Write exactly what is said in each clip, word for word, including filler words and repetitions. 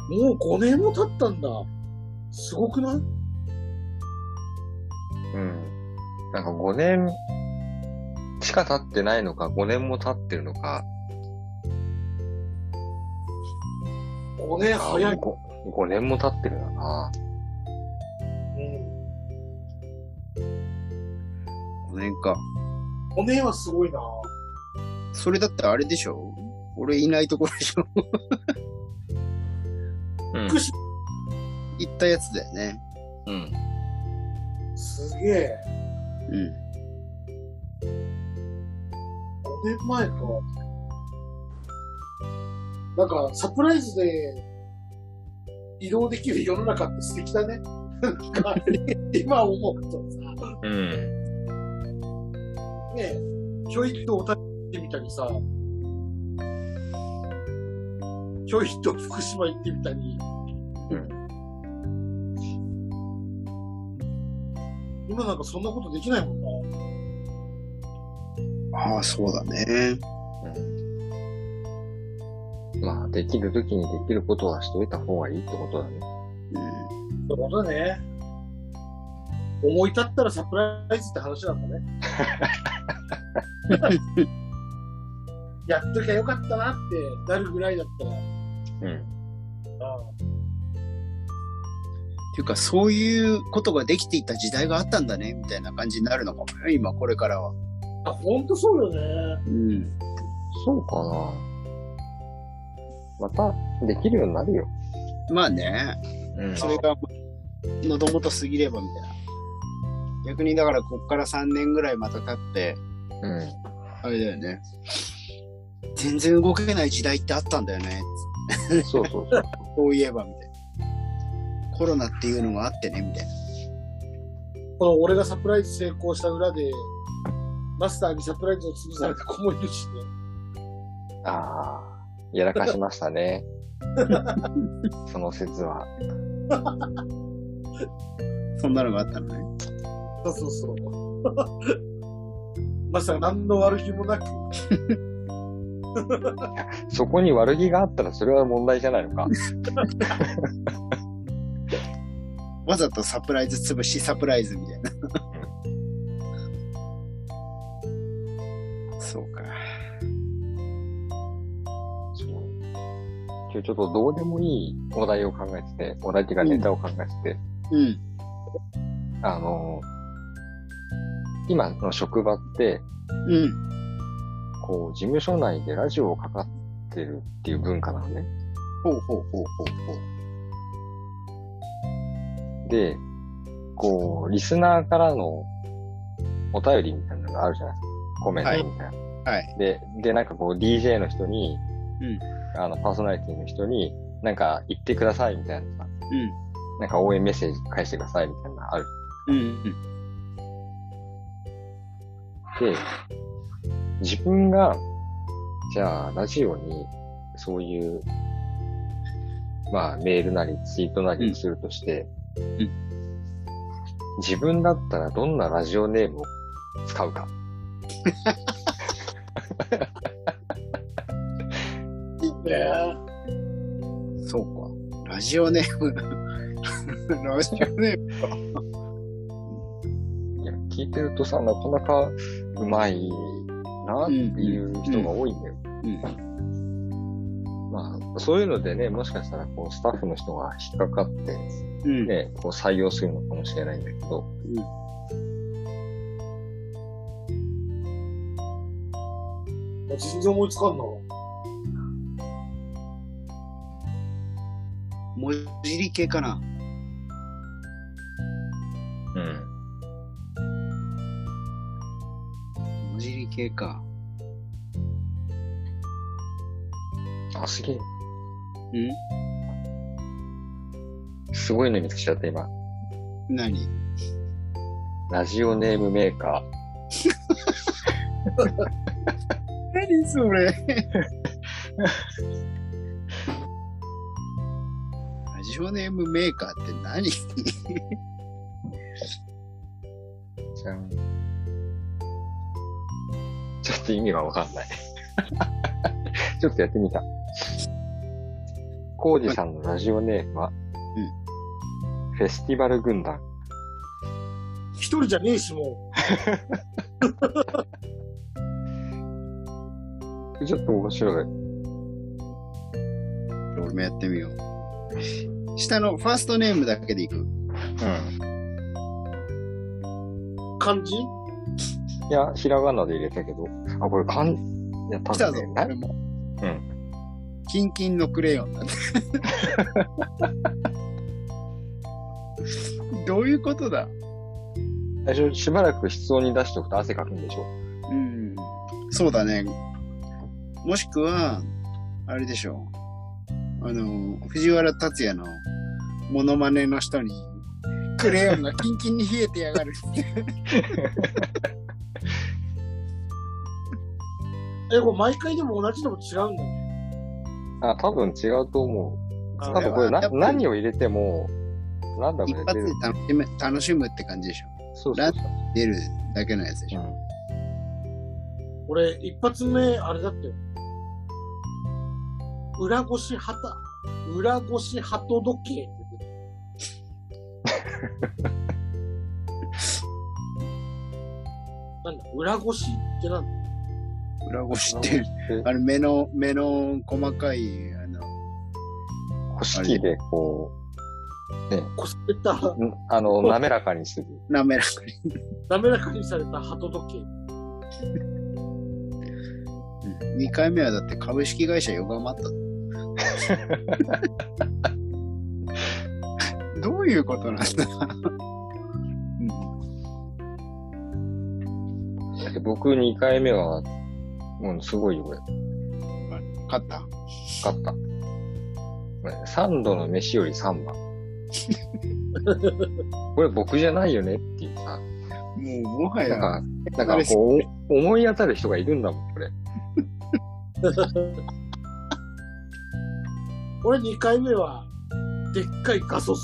もうごねんも経ったんだ。すごくない？ うん。なんかごねんしか経ってないのか、ごねんも経ってるのか。 ごねん早い。 ご、ごねんも経ってるんだな。 うん。 ごねんか。 ごねんはすごいな。 それだったらあれでしょ？俺いないところでしょ？ うん。 福島行ったやつだよね。 うん。 すげえ。 うん。 ごねんまえか。なんか、サプライズで移動できる世の中って素敵だね。なんか、今思うとさ、 うん。 ねえ、ひょいっとおたってみたりさ、ひょいっと福島行ってみたり、 うん。 今なんかそんなことできないもんな。 ああ、そうだね。 うん。まあ、できるときにできることはしといた方がいいってことだね。 そういうことだね。思い立ったらサプライズって話なんだね。やっときゃよかったなってなるぐらいだったら。 うん。 ああ、 っていうか、そういうことができていた時代があったんだね、みたいな感じになるのかもよ、今、これからは。 あ、ほんとそうよね。 うん。 そうかな。また、できるようになるよ。 まあね、 うん。 それが、喉元過ぎればみたいな。逆にだから、こっからさんねんぐらいまた経って、 うん。 あれだよね。全然動けない時代ってあったんだよね。 そうそうそう。 そういえば、みたいな。コロナっていうのがあってね、みたいな。 この俺がサプライズ成功した裏で、マスターにサプライズを潰された子もいるしね。 ああ、やらかしましたね。その説は。 そんなのがあったのね。 そうそうそう。マスターが何の悪気もなく。 そこに悪気があったらそれは問題じゃないのか。 わざとサプライズ潰しサプライズみたいな。そうか。 そう。今日ちょっとどうでもいいお題を考えてて、お題っていうかネタを考えてて、 うん。 あの、今の職場って、 うん。 こう、事務所内でラジオをかかってるっていう文化なのね。 ほうほうほうほうほう。 で、こう、リスナーからのお便りみたいなのがあるじゃないですか。コメントみたいな。 はい。 で、で、なんかこう、ディージェー の人に、 うん。 あの、パーソナリティの人に、なんか言ってくださいみたいなさ、 うん。 なんか応援メッセージ返してくださいみたいなのある。 うん。うん。 で、自分が、じゃあ、ラジオに、そういう、まあ、メールなり、ツイートなりするとして、 うん、 自分だったらどんなラジオネームを使うか。 いいね。 そうか。ラジオネーム。ラジオネームか。 いや、聞いてるとさ、なかなかうまいなっていう人が多いんだよ。 うん。うんまあ、そういうのでね、もしかしたら、こう、スタッフの人が引っかかって、 うん。 ね、こう採用するのかもしれないんだけど、 うん、全然思いつかんな。 文字り系かな。 うん。 文字り系か。 あ、すげえ。 うんすごいの見つけちゃった、今。 何ラジオネームメーカ何それラジオネームメーカーって何ー。じゃん。ちょっと意味がわかんない。ちょっとやってみた。 コウジさんのラジオネームは、うん、フェスティバル軍団。 一人じゃねえし、もう。ちょっと面白い。 俺もやってみよう。下のファーストネームだけでいく。うん。 漢字？ いや、ひらがなで入れたけど。あ、これ漢字。いや、多分ね。 来たぞ、俺も。うん。キンキンのクレヨンだね。どういうことだ？ 最初、しばらく室温に出しておくと汗かくんでしょ？ うん。そうだね。もしくは、あれでしょう。あの、藤原竜也のモノマネの人に、クレヨンがキンキンに冷えてやがる。 え、これ毎回でも同じのも違うんだね。 あ、多分違うと思う。多分これな何を入れても、なんだろうね。 一発で楽しむ、楽しむって感じでしょ。 そうそうそう。 出るだけのやつでしょ。うん、 俺、一発目、あれだってよ。裏越し旗、裏越し鳩時計って言ってた。なんだ、裏越しってなんだ？ 裏越しって、あれ目の、目の細かい、あの、 古式でこう、ね、 こすれた、 あの、滑らかにする。 滑らかに。 滑らかにされた鳩時計。 にかいめはだって株式会社ヨガマット。どういうことなんだ、 うん、僕にかいめは、もうすごいよ、これ。 勝った勝った。さんどの飯よりさんばん。これ僕じゃないよねっていうさ。 もうもはや。 なんか、なんかこう、思い当たる人がいるんだもん、これ。 俺にかいめは、でっかいガソス。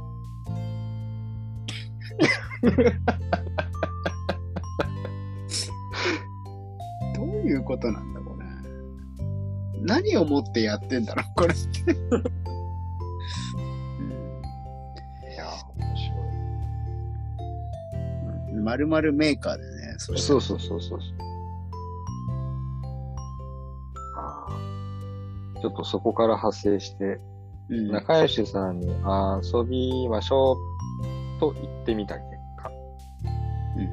どういうことなんだ、これ。何をもってやってんだろう、これって。いや、面白い。まるまるメーカーでね。 そうそうそうそうそう。ちょっとそこから派生して、うん、仲良しさんに遊びましょうと言ってみた結果。うん。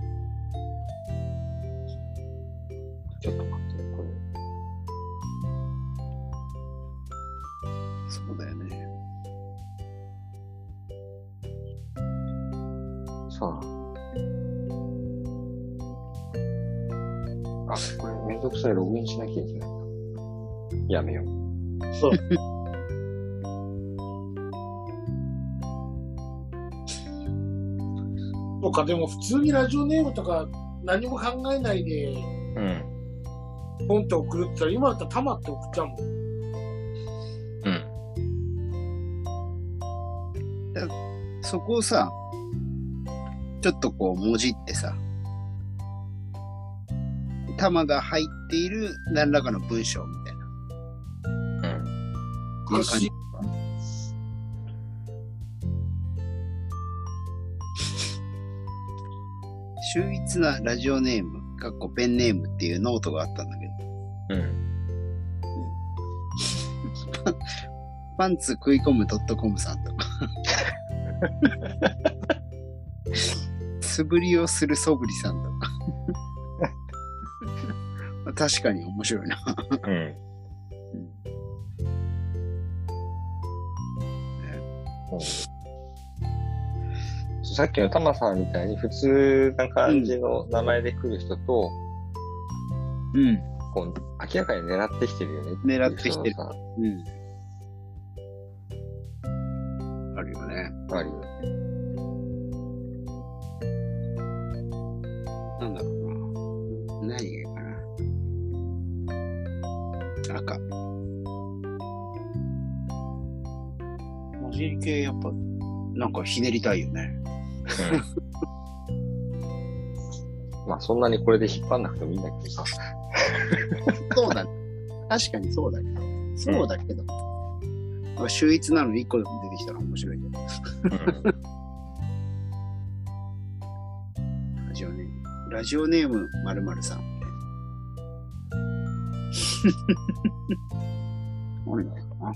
ちょっと待って、これ。 そうだよね。 さあ。あ、これめんどくさいログインしなきゃいけない。やめよう。 そう。そうか、でも普通にラジオネームとか何も考えないで、うん。ポンって送るって言ったら、今だったらタマって送っちゃうもん。 うん。そこをさ、ちょっとこう、もじってさ、タマが入っている何らかの文章みたいな。いう感じ。秀逸なラジオネーム、かっこペンネームっていうノートがあったんだけど。うん。うん、パンツ食い込む .com さんとか。素振りをするそぶりさんとか。確かに面白いな。うん。 さっきのタマさんみたいに普通な感じの名前で来る人と、うん、こう明らかに狙ってきてるよねっていう。 狙ってきてる。うん。あるよね。 あるよね。 なんだろうな。何がいいかな。赤。文字系やっぱなんかひねりたいよね。 うん、まあそんなにこれで引っ張んなくてもいいんだけどさ。 そうだね。確かにそうだけど。そうだけど。 まあ、秀逸なのいっこでも出てきたら面白いけど。ラジオネーム、ラジオネーム〇〇さん。多いのかな。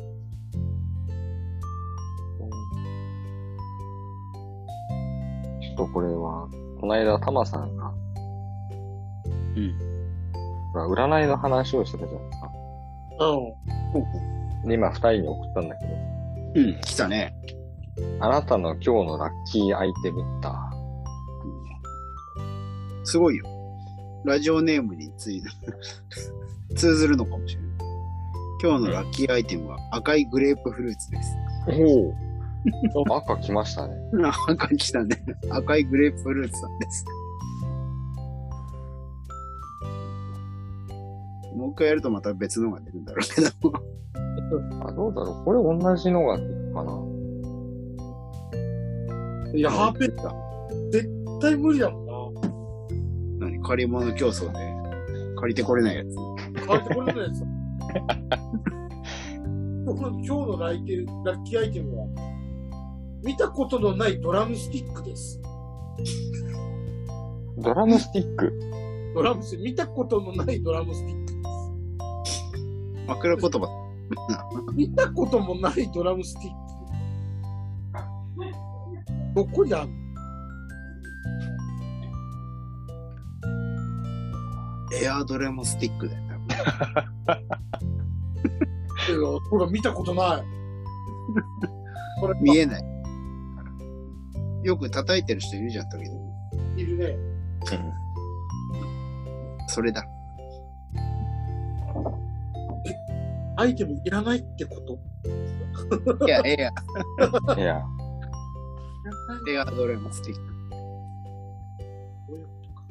ちょっとこれは、この間タマさんが、 うん。 占いの話をしてたじゃないですか。 うん。 で、今二人に送ったんだけど、 うん、来たね。 あなたの今日のラッキーアイテムだ。 すごいよ。ラジオネームについて通ずるのかもしれない。今日のラッキーアイテムは赤いグレープフルーツです。 おお。赤来ましたね。 赤来たね。赤いグレープフルーツさんです。もう一回やるとまた別のが出るんだろうけど。 あ、どうだろう。これ同じのが出るかな。 いや、ハーペッタ。絶対無理だもんな。 何借り物競争で借りてこれないやつ。 借りてこれないやつ。今日のライテルラッキーアイテムは、見たことのないドラムスティックです。 ドラムスティックドラムス、見たことのないドラムスティックです。 枕言葉。 見たこともないドラムスティック。どこにあるの？ エアードラムスティックだよ、 多分。ほら、見たことない。これ見えない。よく叩いてる人いるじゃん、時々。 いるね。 それだ。 アイテムいらないってこと？ いや、エア。 いや。 エアドラムスティック。 どういうことか。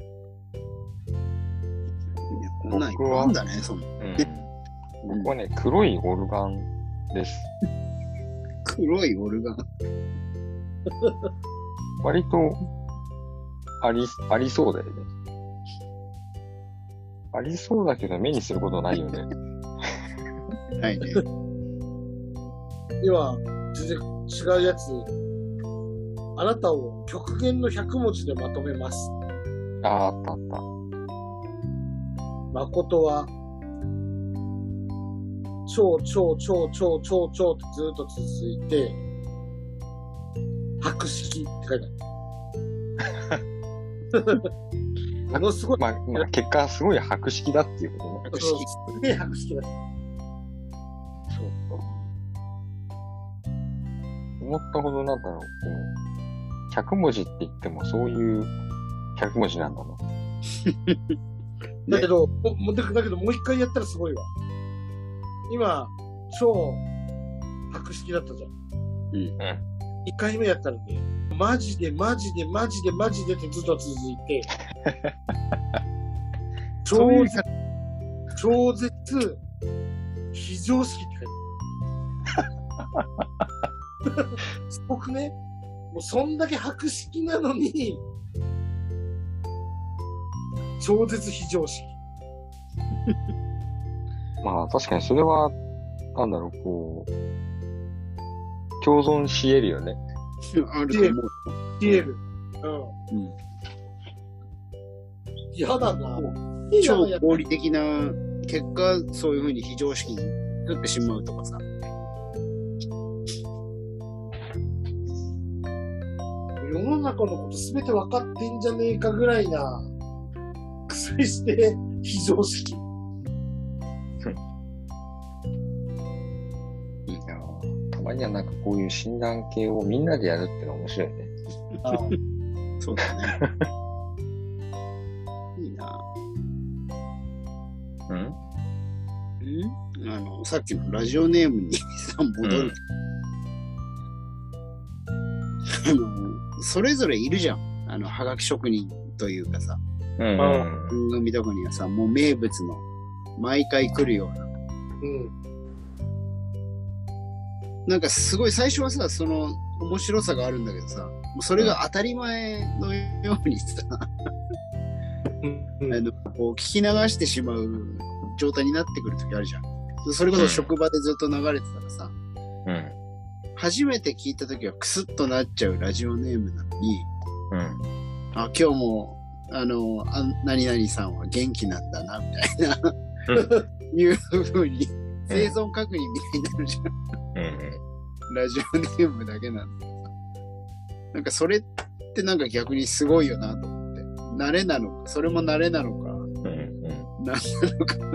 いや、こんなんいっぱいあるんだね、そんな。 うん。僕はね、黒いオルガンです。 黒いオルガン。 割と、あり、ありそうだよね。ありそうだけど目にすることないよね。 ないね。 今、全然違うやつ。あなたを極限のひゃくもじでまとめます。 ああ、あったあった。 誠は、超超超超超超ってずっと続いて、博識って書いてある。ものすごい。 まあ、まあ、結果すごい博識だっていうことね。 博識。 すげえ博識だった。 そうか。思ったほどなんだろう、こう、ひゃくもじって言ってもそういうひゃくもじなんだな。 だけど、もだだけどもう一回やったらすごいわ。今、超博識だったじゃん。 うん。 一回目やったらね、マジでマジでマジでマジでってずっと続いて、超絶、超絶、非常識って書いてある。すごくね、もうそんだけ博識なのに、超絶非常識。 まあ確かにそれは、なんだろう、こう、共存し得るよね。 あると思う。 消える。うん。 うん。 嫌だな。 超合理的な結果、そういうふうに非常識になってしまうとかさ。 世の中のことすべて分かってんじゃねえかぐらいな薬して非常識。 いいなぁ。たまにはなんかこういう診断系をみんなでやるってのは面白いね。 ああそうだね。いいなうんぁ。んあの、さっきのラジオネームにさ、戻る。うん、あの、それぞれいるじゃん。あの、はがき職人というかさ。 うんうんあ番組とかにはさ、もう名物の、毎回来るような。 うん。 なんかすごい最初はさ、その面白さがあるんだけどさ、もうそれが当たり前のようにさ、 うん。 あのこう聞き流してしまう状態になってくるときあるじゃん。それこそ職場でずっと流れてたらさ、 うん。 初めて聞いたときはクスッとなっちゃうラジオネームなのに、 うん。 あ、今日も、あの、あ何々さんは元気なんだな、みたいな、いうふうに、生存確認みたいになるじゃん。 うん。 ラジオネームだけなんだけどさ。なんかそれってなんか逆にすごいよなと思って。慣れなのか、それも慣れなのか、 うん。うん。 なんなのか。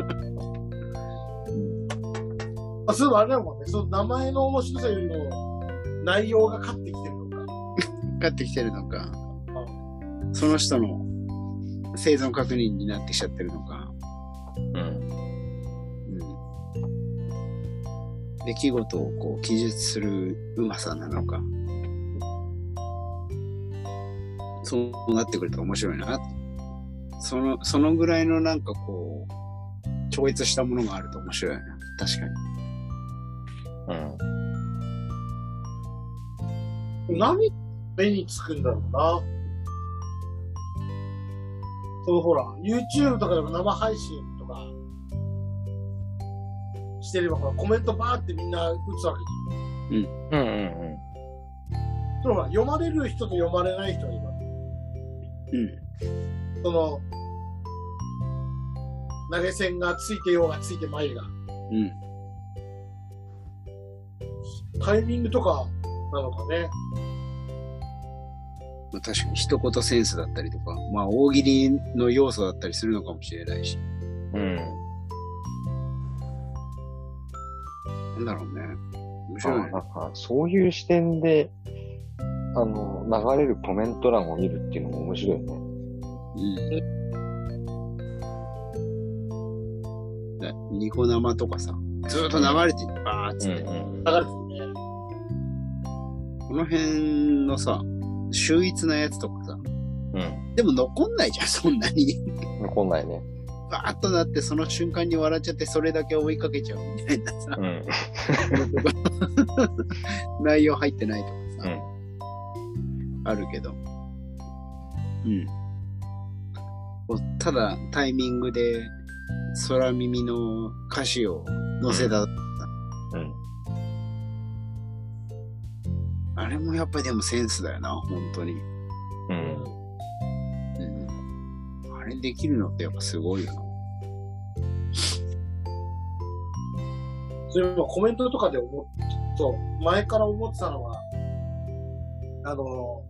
あ、そういえばあれだもんね。その名前の面白さよりも、内容が勝ってきてるのか。 勝ってきてるのか、その人の生存確認になってきちゃってるのか。 うん。 うん出来事をこう記述するうまさなのか、そうなってくると面白いな。そのそのぐらいのなんかこう超越したものがあると面白いな。確かに。 うん。 何目につくんだろうな。そのほら、YouTube とかでも生配信とかしてれば、ほら、コメントバーってみんな打つわけじゃん。 うん。うん。うん。 そのほら、読まれる人と読まれない人がいるわけ。 うん。 その、投げ銭がついてようがついてまいが、 うん。 タイミングとかなのかね。 まあ、確かに一言センスだったりとか、まあ大喜利の要素だったりするのかもしれないし。 うん。 なんだろうね。面あ白いね。 なんか、そういう視点で、あの、流れるコメント欄を見るっていうのも面白いよね。 うん。だニコ生とかさ、ずーっと流れてる、バーッつって。 うん。 流れてるね。 この辺のさ、秀逸なやつとかさ、 うん。 でも残んないじゃん、そんなに。 残んないね。 バーッとなって、その瞬間に笑っちゃって、それだけ追いかけちゃうみたいなさ、 うん。 内容入ってないとかさ、 うん。 あるけど。うん。こうただ、タイミングで、空耳の歌詞を載せた、 うん。 あれもやっぱりでもセンスだよな、本当に。 うん。 うん。あれできるのってやっぱすごいよな。 それもコメントとかで思っと、前から思ってたのは、あの、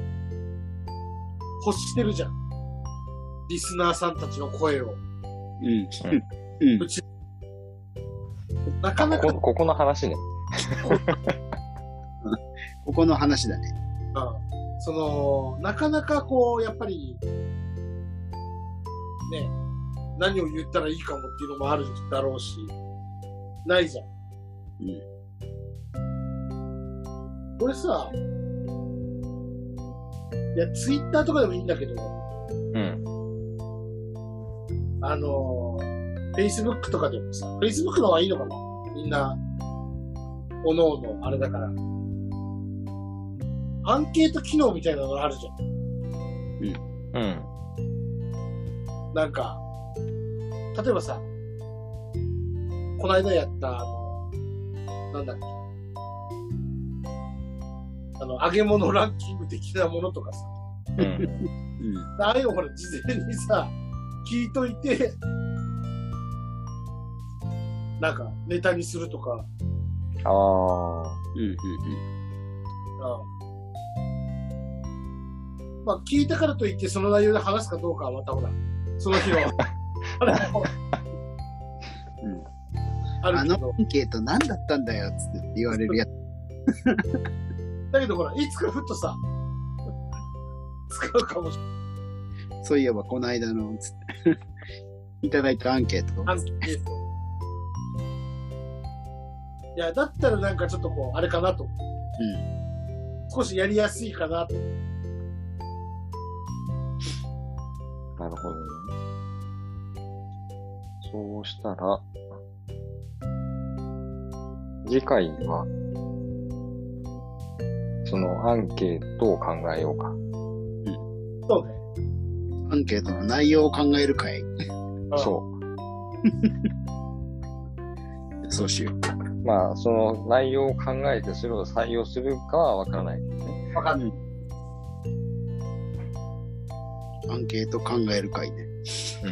欲してるじゃん。リスナーさんたちの声を。 うん。うん。 うち、なかなか、 ここ、ここの話ね。 ここの話だね。 うんその、なかなかこう、やっぱり、ね、何を言ったらいいかもっていうのもあるだろうし、ないじゃん。 うん。 これさ、いや、ツイッターとかでもいいんだけど、 うん。 あの、Facebook とかでもさ、Facebook の方がいいのかなみんな、おのおのあれだから。アンケート機能みたいなのがあるじゃん。 うん。 なんか、例えばさ、この間やった、あの、なんだっけ。あの、揚げ物ランキング的なものとかさ。 うん。 うん。 ああいうのほら、事前にさ、聞いといて、なんか、ネタにするとか。 ああ。 うん。うん。 うんまあ、聞いたからといって、その内容で話すかどうかはまたほら、その日の、あれも、 うん。 あるけどあのアンケート何だったんだよ、つって言われるやつ。 だけどほら、いつかふっとさ、使うかもしれない。 そういえば、この間の、つって。いただいたアンケート。 アンケート。いや、だったらなんかちょっとこう、あれかなと。 うん。 少しやりやすいかなと。 なるほどね。そうしたら、次回は、そのアンケートを考えようか。 そうね。 アンケートの内容を考える会。 うんそう。 そうしよう。 まあ、その内容を考えてそれを採用するかはわからないですね。 わかんない。 アンケート考える会ね。 うん。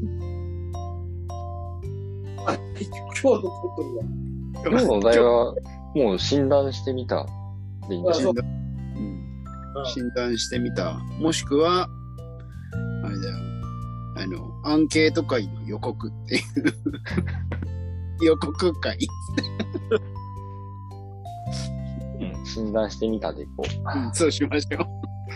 あ、今日のことには。 今日のお題は、もう診断してみたでいいんじゃない診断、うん、診断してみた。もしくは、あれだよ。あの、アンケート会の予告っていう。予告会。 うん、診断してみたでいこう。 うん、そうしましょう。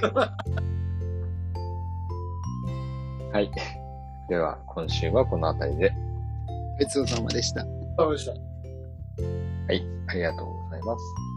はい。では、今週はこの辺りで。 ごちそうさまでした。 わかりました。 はい。ありがとうございます。